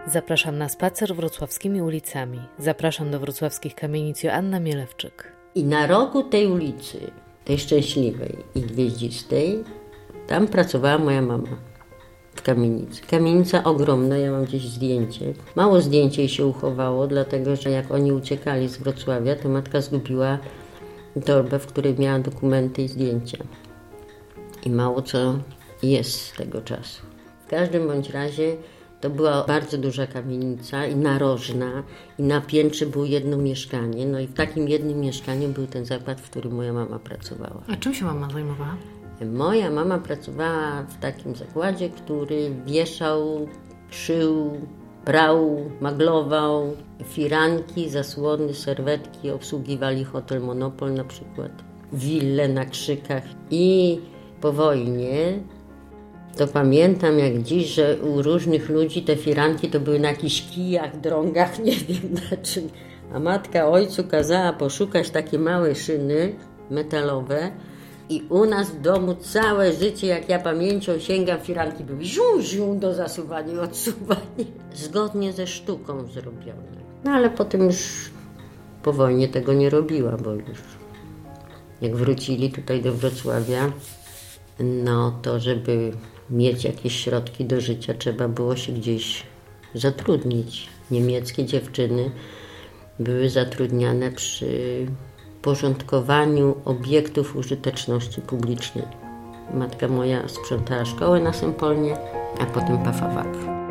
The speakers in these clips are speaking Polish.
Zapraszam na spacer wrocławskimi ulicami. Zapraszam do wrocławskich kamienic Joanna Mielewczyk. I na rogu tej ulicy, tej Szczęśliwej i Gwieździstej, tam pracowała moja mama w kamienicy. Kamienica ogromna, ja mam gdzieś zdjęcie. Mało zdjęć jej się uchowało, dlatego że jak oni uciekali z Wrocławia, to matka zgubiła torbę, w której miała dokumenty i zdjęcia. I mało co jest z tego czasu. W każdym bądź razie to była bardzo duża kamienica i narożna i na piętrze było jedno mieszkanie. No i w takim jednym mieszkaniu był ten zakład, w którym moja mama pracowała. A czym się mama zajmowała? Moja mama pracowała w takim zakładzie, który wieszał, szył, prał, maglował, firanki, zasłony, serwetki, obsługiwali hotel Monopol na przykład, wille na Krzykach. I po wojnie to pamiętam jak dziś, że u różnych ludzi te firanki to były na jakichś kijach, drągach, nie wiem na czym. A matka ojcu kazała poszukać takie małe szyny metalowe i u nas w domu całe życie, jak ja pamięcią sięgam, firanki były ziu do zasuwania i odsuwania. Zgodnie ze sztuką zrobione. No ale potem już po wojnie tego nie robiła, bo już jak wrócili tutaj do Wrocławia, no to żeby mieć jakieś środki do życia, trzeba było się gdzieś zatrudnić. Niemieckie dziewczyny były zatrudniane przy porządkowaniu obiektów użyteczności publicznej. Matka moja sprzątała szkołę na Sempolnie, a potem Pafawak.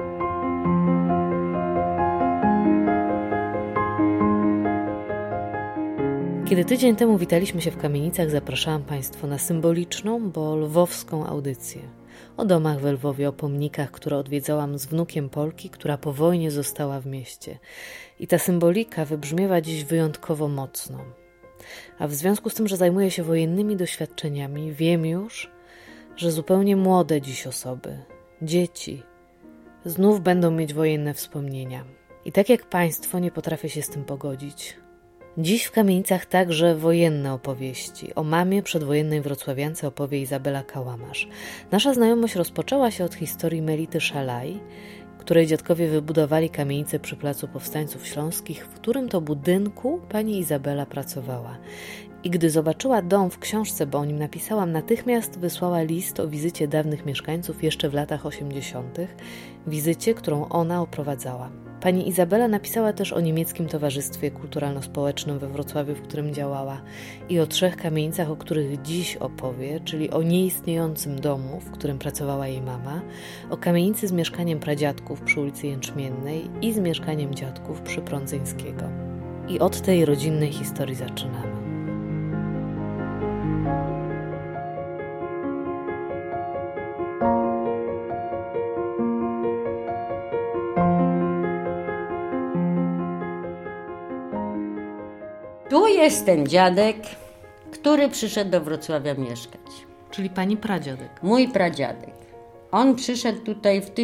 Kiedy tydzień temu witaliśmy się w kamienicach, zapraszałam Państwa na symboliczną, bo lwowską audycję. O domach we Lwowie, o pomnikach, które odwiedzałam z wnukiem Polki, która po wojnie została w mieście. I ta symbolika wybrzmiewa dziś wyjątkowo mocno. A w związku z tym, że zajmuję się wojennymi doświadczeniami, wiem już, że zupełnie młode dziś osoby, dzieci, znów będą mieć wojenne wspomnienia. I tak jak Państwo, nie potrafię się z tym pogodzić. Dziś w kamienicach także wojenne opowieści. O mamie przedwojennej wrocławiance opowie Izabela Kałamarz. Nasza znajomość rozpoczęła się od historii Melity Szalaj, której dziadkowie wybudowali kamienicę przy Placu Powstańców Śląskich, w którym to budynku pani Izabela pracowała. I gdy zobaczyła dom w książce, bo o nim napisałam, natychmiast wysłała list o wizycie dawnych mieszkańców jeszcze w latach 80., wizycie, którą ona oprowadzała. Pani Izabela napisała też o niemieckim towarzystwie kulturalno-społecznym we Wrocławiu, w którym działała, i o 3 kamienicach, o których dziś opowie, czyli o nieistniejącym domu, w którym pracowała jej mama, o kamienicy z mieszkaniem pradziadków przy ulicy Jęczmiennej i z mieszkaniem dziadków przy Prądzyńskiego. I od tej rodzinnej historii zaczynamy. Tu jest ten dziadek, który przyszedł do Wrocławia mieszkać. Czyli pani pradziadek. Mój pradziadek. On przyszedł tutaj w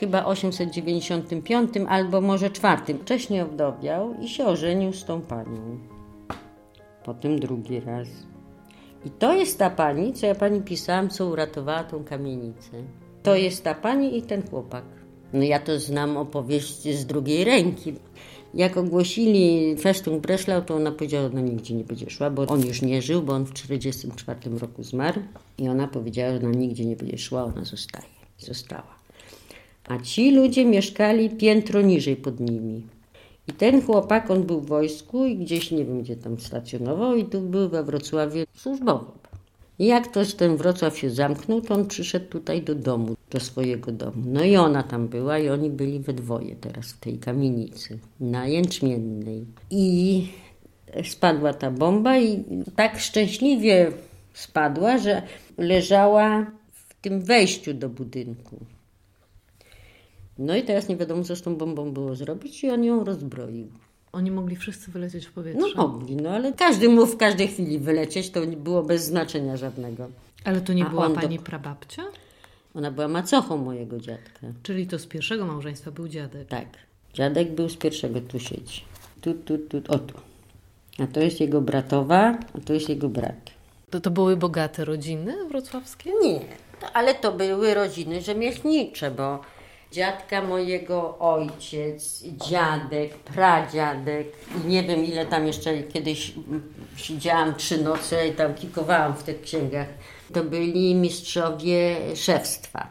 1895 albo może 4. Wcześniej owdowiał i się ożenił z tą panią. Potem drugi raz. I to jest ta pani, co ja pani pisałam, co uratowała tą kamienicę. To jest ta pani i ten chłopak. No ja to znam opowieść z drugiej ręki. Jak ogłosili Festung Breslau, to ona powiedziała, no nigdzie nie będzie szła, bo on już nie żył, bo on w 1944 roku zmarł. I ona powiedziała, że ona nigdzie nie będzie szła, ona została. A ci ludzie mieszkali piętro niżej pod nimi. I ten chłopak, on był w wojsku i gdzieś, nie wiem gdzie tam stacjonował i tu był we Wrocławiu służbowo. I jak to ten Wrocław się zamknął, to on przyszedł tutaj do domu, do swojego domu. No i ona tam była i oni byli we dwoje teraz w tej kamienicy na Jęczmiennej. I spadła ta bomba i tak szczęśliwie spadła, że leżała w tym wejściu do budynku. No i teraz nie wiadomo, co z tą bombą było zrobić i on ją rozbroił. Oni mogli wszyscy wylecieć w powietrze? No mogli, no ale każdy mógł w każdej chwili wylecieć, to nie było bez znaczenia żadnego. Ale to nie była pani prababcia? Ona była macochą mojego dziadka. Czyli to z pierwszego małżeństwa był dziadek? Tak. Dziadek był z pierwszego, tu siedzi. O tu. A to jest jego bratowa, a to jest jego brat. To były bogate rodziny wrocławskie? Nie, ale to były rodziny rzemieślnicze, bo Dziadka mojego ojciec, dziadek, pradziadek i nie wiem ile tam jeszcze kiedyś siedziałam 3 noce i tam kikowałam w tych księgach. To byli mistrzowie szewstwa.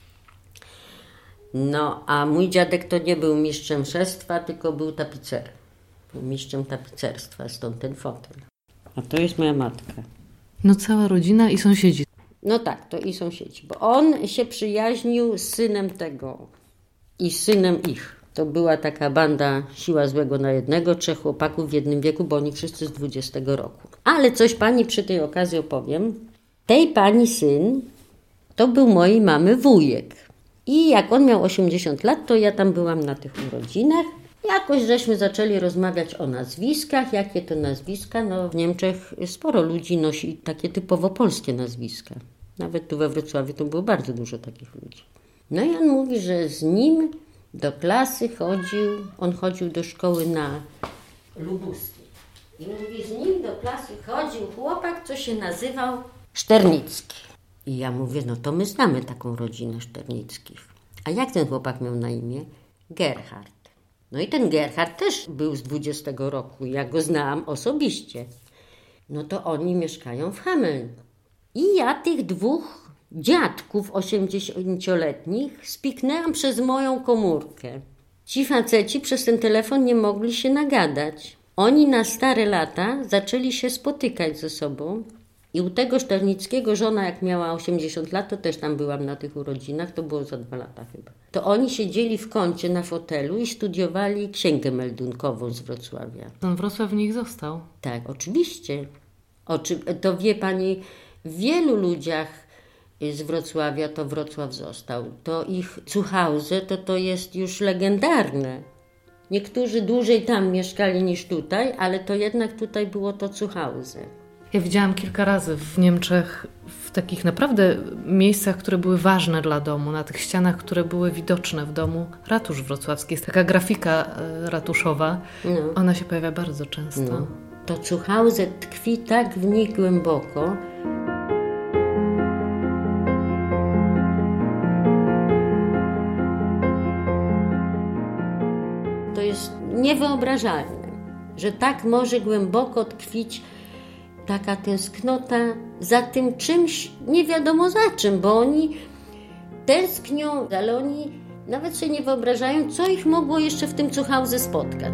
No, a mój dziadek to nie był mistrzem szewstwa, tylko był tapicerem. Był mistrzem tapicerstwa, stąd ten fotel. A to jest moja matka. No cała rodzina i sąsiedzi. No tak, to i sąsiedzi, bo on się przyjaźnił z synem tego i z synem ich. To była taka banda siła złego na jednego, 3 chłopaków w jednym wieku, bo oni wszyscy z 20 roku. Ale coś pani przy tej okazji opowiem. Tej pani syn to był mojej mamy wujek. I jak on miał 80 lat, to ja tam byłam na tych urodzinach. Jakoś żeśmy zaczęli rozmawiać o nazwiskach. Jakie to nazwiska? No w Niemczech sporo ludzi nosi takie typowo polskie nazwiska. Nawet tu we Wrocławiu to było bardzo dużo takich ludzi. No i on mówi, że z nim do klasy on chodził do szkoły na Lubuskiej. I mówi, z nim do klasy chodził chłopak, co się nazywał Szternicki. I ja mówię, no to my znamy taką rodzinę Szternickich. A jak ten chłopak miał na imię? Gerhard. No i ten Gerhard też był z 20 roku, ja go znałam osobiście. No to oni mieszkają w Hameln. I ja tych 2 dziadków 80-letnich spiknęłam przez moją komórkę. Ci faceci przez ten telefon nie mogli się nagadać. Oni na stare lata zaczęli się spotykać ze sobą. I u tego Szternickiego żona, jak miała 80 lat, to też tam byłam na tych urodzinach, to było za 2 lata chyba. To oni siedzieli w kącie na fotelu i studiowali księgę meldunkową z Wrocławia. Ten Wrocław w nich został. Tak, oczywiście. To wie pani, w wielu ludziach z Wrocławia to Wrocław został. To ich Zuhause to jest już legendarne. Niektórzy dłużej tam mieszkali niż tutaj, ale to jednak tutaj było to Zuhause. Ja widziałam kilka razy w Niemczech, w takich naprawdę miejscach, które były ważne dla domu, na tych ścianach, które były widoczne w domu, ratusz wrocławski. Jest taka grafika ratuszowa. No. Ona się pojawia bardzo często. No. To Zuhause tkwi tak w nich głęboko. To jest niewyobrażalne, że tak może głęboko tkwić taka tęsknota za tym czymś, nie wiadomo za czym, bo oni tęsknią, ale oni nawet sobie nie wyobrażają, co ich mogło jeszcze w tym Zuhause spotkać.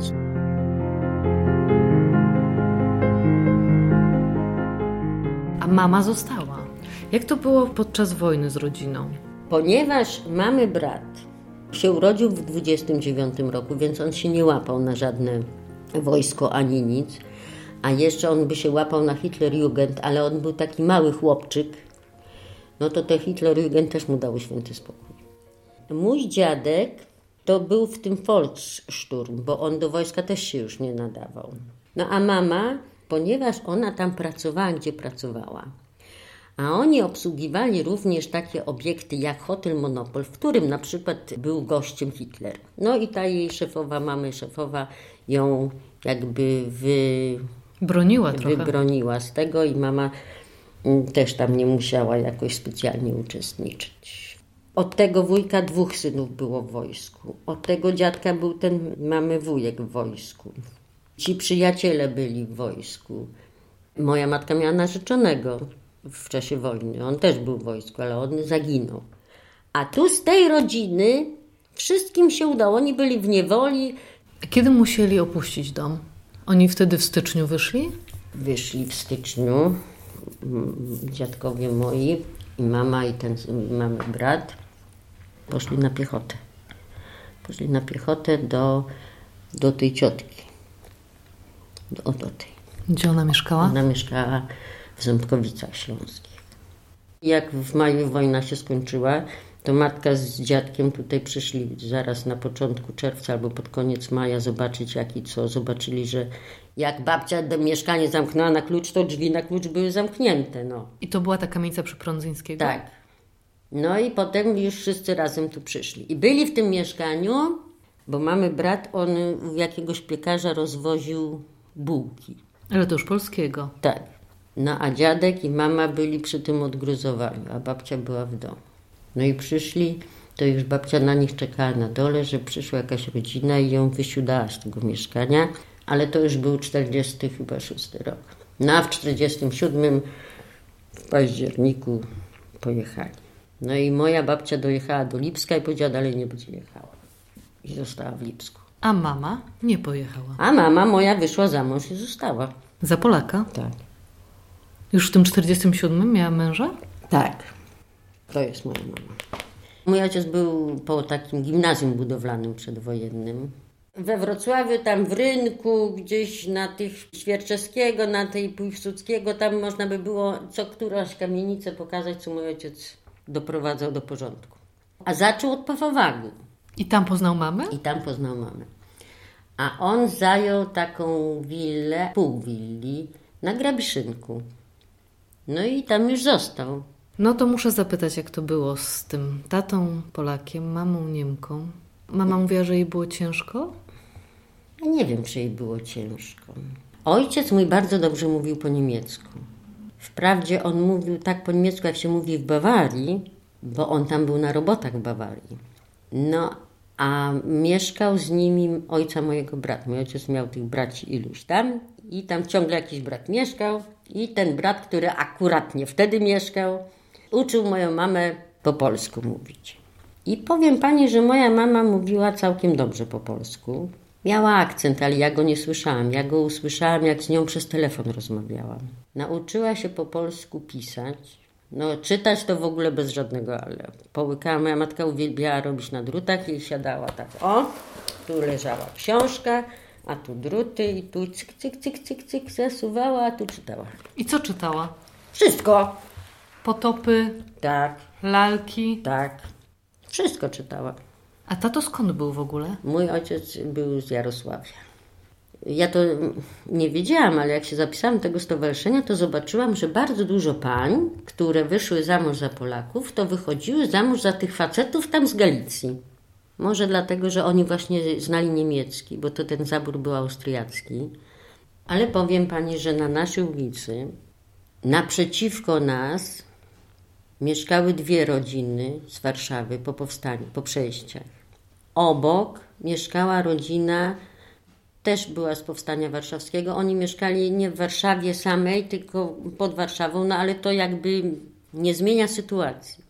A mama została. Jak to było podczas wojny z rodziną? Ponieważ mamy brat się urodził w 29 roku, więc on się nie łapał na żadne wojsko ani nic. A jeszcze on by się łapał na Hitlerjugend, ale on był taki mały chłopczyk. No to te Hitlerjugend też mu dało święty spokój. Mój dziadek to był w tym Volkssturm, bo on do wojska też się już nie nadawał. No a mama, ponieważ ona tam pracowała, gdzie pracowała, a oni obsługiwali również takie obiekty jak Hotel Monopol, w którym na przykład był gościem Hitler. No i ta jej szefowa, mamy szefowa ją jakby wybroniła z tego i mama też tam nie musiała jakoś specjalnie uczestniczyć. Od tego wujka 2 synów było w wojsku. Od tego dziadka był ten mamy wujek w wojsku. Ci przyjaciele byli w wojsku. Moja matka miała narzeczonego w czasie wojny. On też był w wojsku, ale on zaginął. A tu z tej rodziny wszystkim się udało. Oni byli w niewoli. Kiedy musieli opuścić dom? Oni wtedy w styczniu wyszli? Wyszli w styczniu. Dziadkowie moi i mama i ten mamy brat poszli na piechotę. Poszli na piechotę do tej ciotki. Do tej. Gdzie ona mieszkała? Ona mieszkała w Ząbkowicach Śląskich. Jak w maju wojna się skończyła, to matka z dziadkiem tutaj przyszli zaraz na początku czerwca albo pod koniec maja zobaczyć jak i co. Zobaczyli, że jak babcia mieszkanie zamknęła na klucz, to drzwi na klucz były zamknięte. No. I to była ta kamienica przy Prądzyńskiego? Tak. No i potem już wszyscy razem tu przyszli. I byli w tym mieszkaniu, bo mamy brat, on u jakiegoś piekarza rozwoził bułki. Ale to już polskiego. Tak. No a dziadek i mama byli przy tym odgruzowaniu, a babcia była w domu. No i przyszli to już babcia na nich czekała na dole, że przyszła jakaś rodzina i ją wysiudała z tego mieszkania, ale to już był 46 rok. No a w 47 w październiku pojechali. No i moja babcia dojechała do Lipska i powiedziała, dalej nie będzie jechała. I została w Lipsku. A mama nie pojechała? A mama moja wyszła za mąż i została. Za Polaka? Tak. Już w tym 47 miała męża? Tak. To jest moja mama. Mój ojciec był po takim gimnazjum budowlanym przedwojennym. We Wrocławiu, tam w rynku, gdzieś na tych Świerczewskiego, na tej Piłsudskiego, tam można by było co któraś kamienicę pokazać, co mój ojciec doprowadzał do porządku. A zaczął od Pafowagu. I tam poznał mamę? I tam poznał mamę. A on zajął taką willę, pół willi, na Grabiszynku. No i tam już został. No to muszę zapytać, jak to było z tym tatą Polakiem, mamą Niemką. Mama mówiła, że jej było ciężko? Ja nie wiem, czy jej było ciężko. Ojciec mój bardzo dobrze mówił po niemiecku. Wprawdzie on mówił tak po niemiecku, jak się mówi w Bawarii, bo on tam był na robotach w Bawarii. No, a mieszkał z nimi ojca mojego brat. Mój ojciec miał tych braci iluś tam i tam ciągle jakiś brat mieszkał i ten brat, który akurat nie wtedy mieszkał, uczył moją mamę po polsku mówić. I powiem pani, że moja mama mówiła całkiem dobrze po polsku. Miała akcent, ale ja go nie słyszałam. Ja go usłyszałam, jak z nią przez telefon rozmawiałam. Nauczyła się po polsku pisać. No, czytać to w ogóle bez żadnego ale. Połykała, moja matka uwielbiała robić na drutach i siadała tak, o, tu leżała książka, a tu druty i tu cyk, cyk, cyk, cyk, cyk, zasuwała, a tu czytała. I co czytała? Wszystko. Potopy, Tak, lalki. tak. Wszystko czytała. A tato skąd był w ogóle? Mój ojciec był z Jarosławia. Ja to nie wiedziałam, ale jak się zapisałam do tego stowarzyszenia, to zobaczyłam, że bardzo dużo pań, które wyszły za mąż za Polaków, to wychodziły za mąż za tych facetów tam z Galicji. Może dlatego, że oni właśnie znali niemiecki, bo to ten zabór był austriacki. Ale powiem pani, że na naszej ulicy, naprzeciwko nas, mieszkały dwie rodziny z Warszawy po powstaniu, po przejściach. Obok mieszkała rodzina, też była z Powstania Warszawskiego. Oni mieszkali nie w Warszawie samej, tylko pod Warszawą, no ale to jakby nie zmienia sytuacji.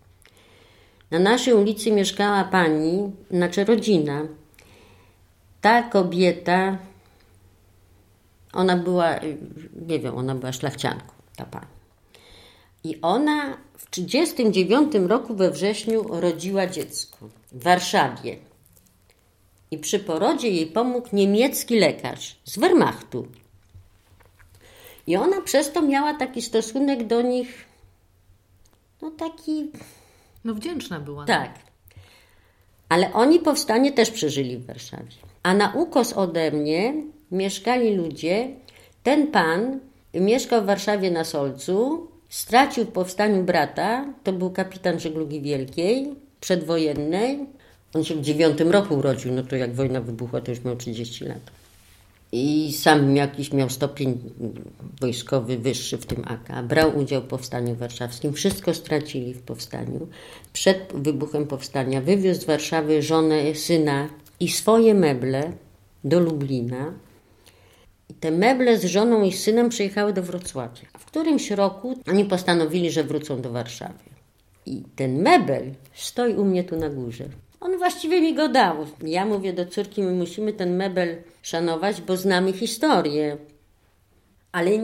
Na naszej ulicy mieszkała pani, znaczy rodzina. Ta kobieta, ona była, nie wiem, ona była szlachcianką, ta pani. I ona w 1939 roku we wrześniu rodziła dziecko w Warszawie. I przy porodzie jej pomógł niemiecki lekarz z Wehrmachtu. I ona przez to miała taki stosunek do nich, no taki... No wdzięczna była. Tak. Ale oni powstanie też przeżyli w Warszawie. A na ukos ode mnie mieszkali ludzie. Ten pan mieszkał w Warszawie na Solcu, stracił w powstaniu brata, to był kapitan żeglugi wielkiej, przedwojennej. On się w 9 roku urodził, no to jak wojna wybuchła, to już miał 30 lat. I sam miał stopień wojskowy wyższy w tym AK. Brał udział w powstaniu warszawskim. Wszystko stracili w powstaniu. Przed wybuchem powstania wywiózł z Warszawy żonę, syna i swoje meble do Lublina. I te meble z żoną i synem przyjechały do Wrocławia. W którymś roku oni postanowili, że wrócą do Warszawy. I ten mebel stoi u mnie tu na górze. On właściwie mi go dał. Ja mówię do córki, my musimy ten mebel szanować, bo znamy historię. Ale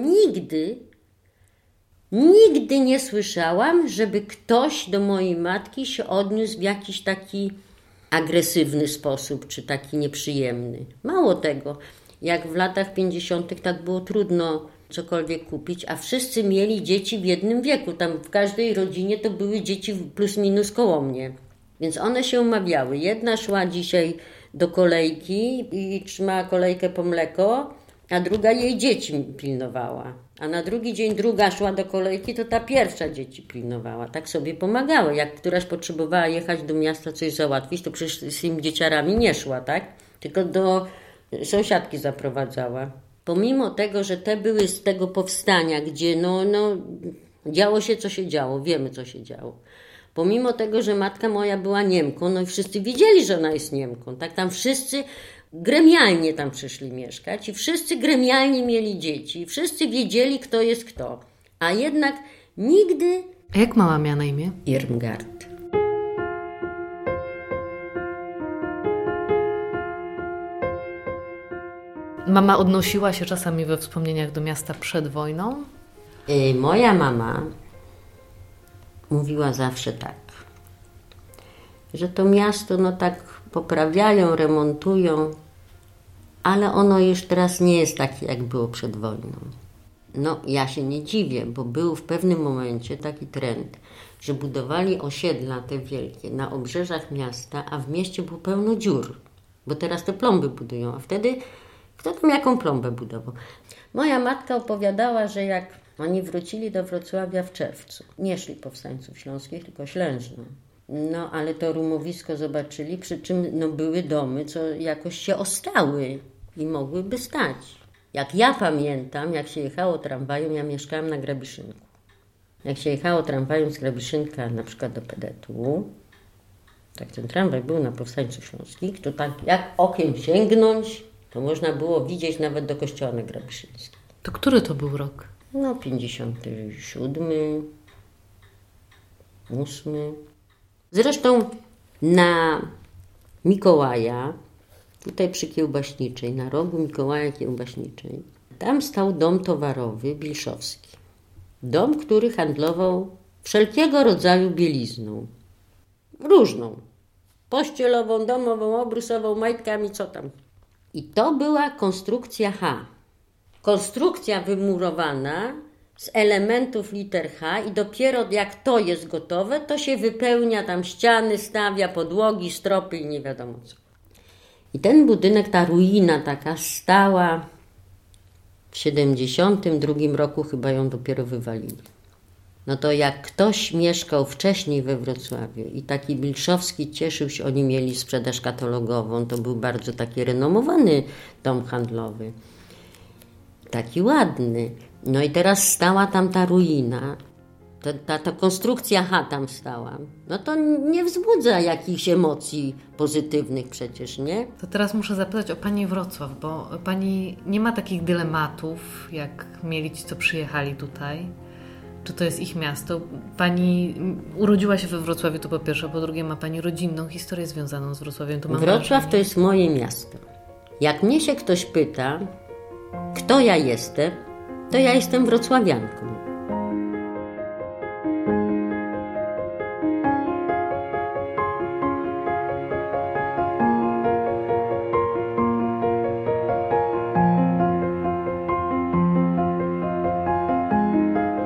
nigdy nie słyszałam, żeby ktoś do mojej matki się odniósł w jakiś taki agresywny sposób, czy taki nieprzyjemny. Mało tego, jak w latach 50. tak było trudno cokolwiek kupić, a wszyscy mieli dzieci w jednym wieku. Tam w każdej rodzinie to były dzieci plus minus koło mnie. Więc one się umawiały. Jedna szła dzisiaj do kolejki i trzymała kolejkę po mleko, a druga jej dzieci pilnowała. A na drugi dzień druga szła do kolejki, to ta pierwsza dzieci pilnowała. Tak sobie pomagały. Jak któraś potrzebowała jechać do miasta coś załatwić, to przecież z tymi dzieciarami nie szła, tak? Tylko do sąsiadki zaprowadzała. Pomimo tego, że te były z tego powstania, gdzie działo się, co się działo. Wiemy, co się działo. Pomimo tego, że matka moja była Niemką, no i wszyscy wiedzieli, że ona jest Niemką. Tak, tam wszyscy gremialnie tam przyszli mieszkać i wszyscy gremialnie mieli dzieci. Wszyscy wiedzieli, kto jest kto. A jednak nigdy... A jak mama miała na imię? Irmgard. Mama odnosiła się czasami we wspomnieniach do miasta przed wojną? Moja mama mówiła zawsze tak, że to miasto no tak poprawiają, remontują, ale ono już teraz nie jest takie, jak było przed wojną. No ja się nie dziwię, bo był w pewnym momencie taki trend, że budowali osiedla te wielkie na obrzeżach miasta, a w mieście było pełno dziur, bo teraz te plomby budują, a wtedy kto tam jaką plombę budował? Moja matka opowiadała, że jak oni wrócili do Wrocławia w czerwcu, nie szli powstańców śląskich, tylko Ślężną. No, ale to rumowisko zobaczyli, przy czym no, były domy, co jakoś się ostały i mogłyby stać. Jak ja pamiętam, jak się jechało tramwajem, ja mieszkałam na Grabiszynku. Jak się jechało tramwajem z Grabiszynka na przykład do Pedetu, tak ten tramwaj był na powstańców śląskich, to tak jak okiem sięgnąć, to można było widzieć nawet do kościoła na Grabiszyńskiej. To który to był rok? No 57, 8. Zresztą na Mikołaja, tutaj przy Kiełbaśniczej, na rogu Mikołaja Kiełbaśniczej, tam stał dom towarowy Bilszowski. Dom, który handlował wszelkiego rodzaju bielizną. Różną. Pościelową, domową, obrusową, majtkami, co tam. I to była konstrukcja H. Konstrukcja wymurowana z elementów liter H i dopiero jak to jest gotowe, to się wypełnia tam ściany, stawia podłogi, stropy i nie wiadomo co. I ten budynek, ta ruina taka stała w 72 roku, chyba ją dopiero wywalili. No to jak ktoś mieszkał wcześniej we Wrocławiu i taki Bilszowski cieszył się, oni mieli sprzedaż katalogową, to był bardzo taki renomowany dom handlowy. Taki ładny. No i teraz stała tam ta ruina, ta konstrukcja H tam stała. No to nie wzbudza jakichś emocji pozytywnych przecież, nie? To teraz muszę zapytać o Pani Wrocław, bo Pani nie ma takich dylematów, jak mieli ci, co przyjechali tutaj. Czy to jest ich miasto? Pani urodziła się we Wrocławiu, to po pierwsze, po drugie ma Pani rodzinną historię związaną z Wrocławiem. To Wrocław to jest moje miasto. Jak mnie się ktoś pyta, kto ja jestem, to ja jestem wrocławianką.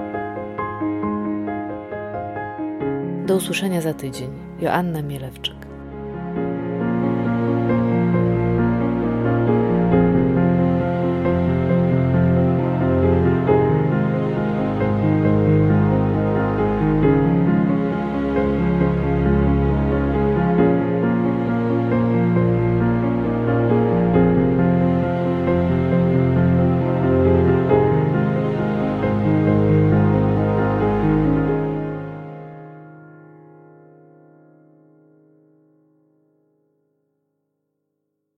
Do usłyszenia za tydzień. Joanna Mielewczyk.